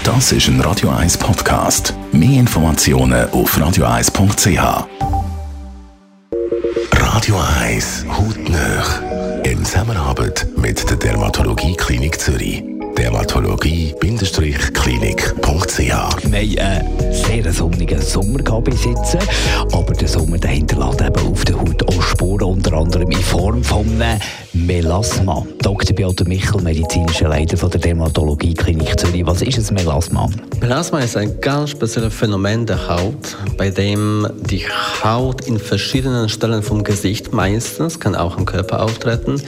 Das ist ein Radio 1 Podcast. Mehr Informationen auf radio1.ch. Radio 1 hautnah. In Zusammenarbeit mit der Dermatologie-Klinik Zürich. Dermatologie-klinik.ch. Wir haben einen sehr sonnigen Sommer bis jetzt, aber der Sommer der hinterlässt eben auf der Haut auch Spuren, unter anderem in Form von einem Melasma. Dr. Beate Michel, medizinischer Leiter von der Dermatologie-Klinik Zürich. Was ist ein Melasma? Melasma ist ein ganz spezielles Phänomen der Haut, bei dem die Haut in verschiedenen Stellen vom Gesicht meistens, kann auch im Körper auftreten,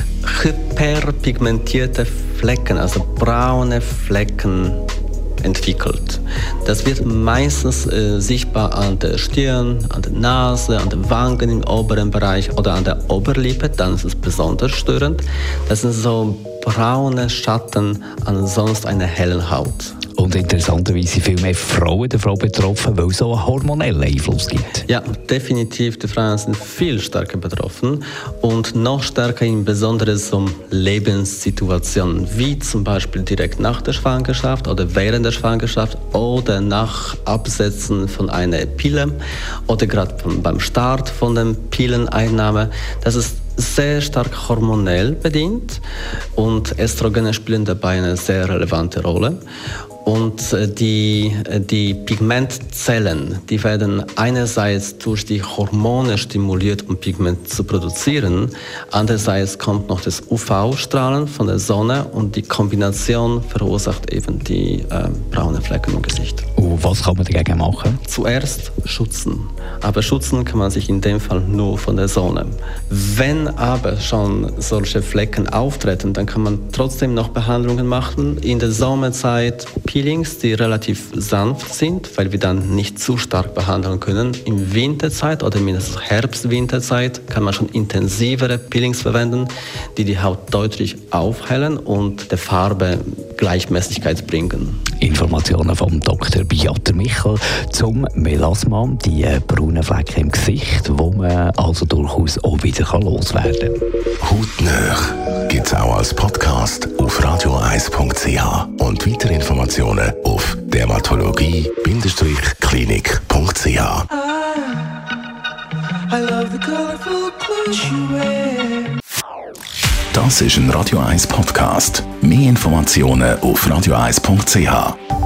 hyperpigmentierte Flecken, also braune Flecken entwickelt. Das wird meistens sichtbar an der Stirn, an der Nase, an den Wangen im oberen Bereich oder an der Oberlippe, dann ist es besonders störend. Das sind so braune Schatten an sonst einer hellen Haut. Und interessanterweise sind viel mehr Frauen davon betroffen, weil es auch einen hormonellen Einfluss gibt. Ja, definitiv. Die Frauen sind viel stärker betroffen und noch stärker in besonderen Lebenssituationen, wie zum Beispiel direkt nach der Schwangerschaft oder während der Schwangerschaft oder nach Absetzen von einer Pille oder gerade beim Start von der Pilleneinnahme. Das ist sehr stark hormonell bedingt und Östrogene spielen dabei eine sehr relevante Rolle. Und die Pigmentzellen, die werden einerseits durch die Hormone stimuliert, um Pigment zu produzieren. Andererseits kommt noch das UV-Strahlen von der Sonne und die Kombination verursacht eben die braunen Flecken im Gesicht. Und was kann man dagegen machen? Zuerst schützen. Aber schützen kann man sich in dem Fall nur von der Sonne. Wenn aber schon solche Flecken auftreten, dann kann man trotzdem noch Behandlungen machen. In der Sommerzeit Peelings, die relativ sanft sind, weil wir dann nicht zu stark behandeln können. In Winterzeit oder mindestens Herbst-Winterzeit kann man schon intensivere Peelings verwenden, die die Haut deutlich aufhellen und der Farbe Gleichmäßigkeit bringen. Informationen vom Dr. Beate Michel zum Melasma, die braunen Flecken im Gesicht, wo man also durchaus auch wieder loswerden kann. Hautnah gibt es auch als Podcast auf radio1.ch und weitere Informationen auf dermatologie-klinik.ch. Das ist ein Radio 1 Podcast. Mehr Informationen auf radio1.ch.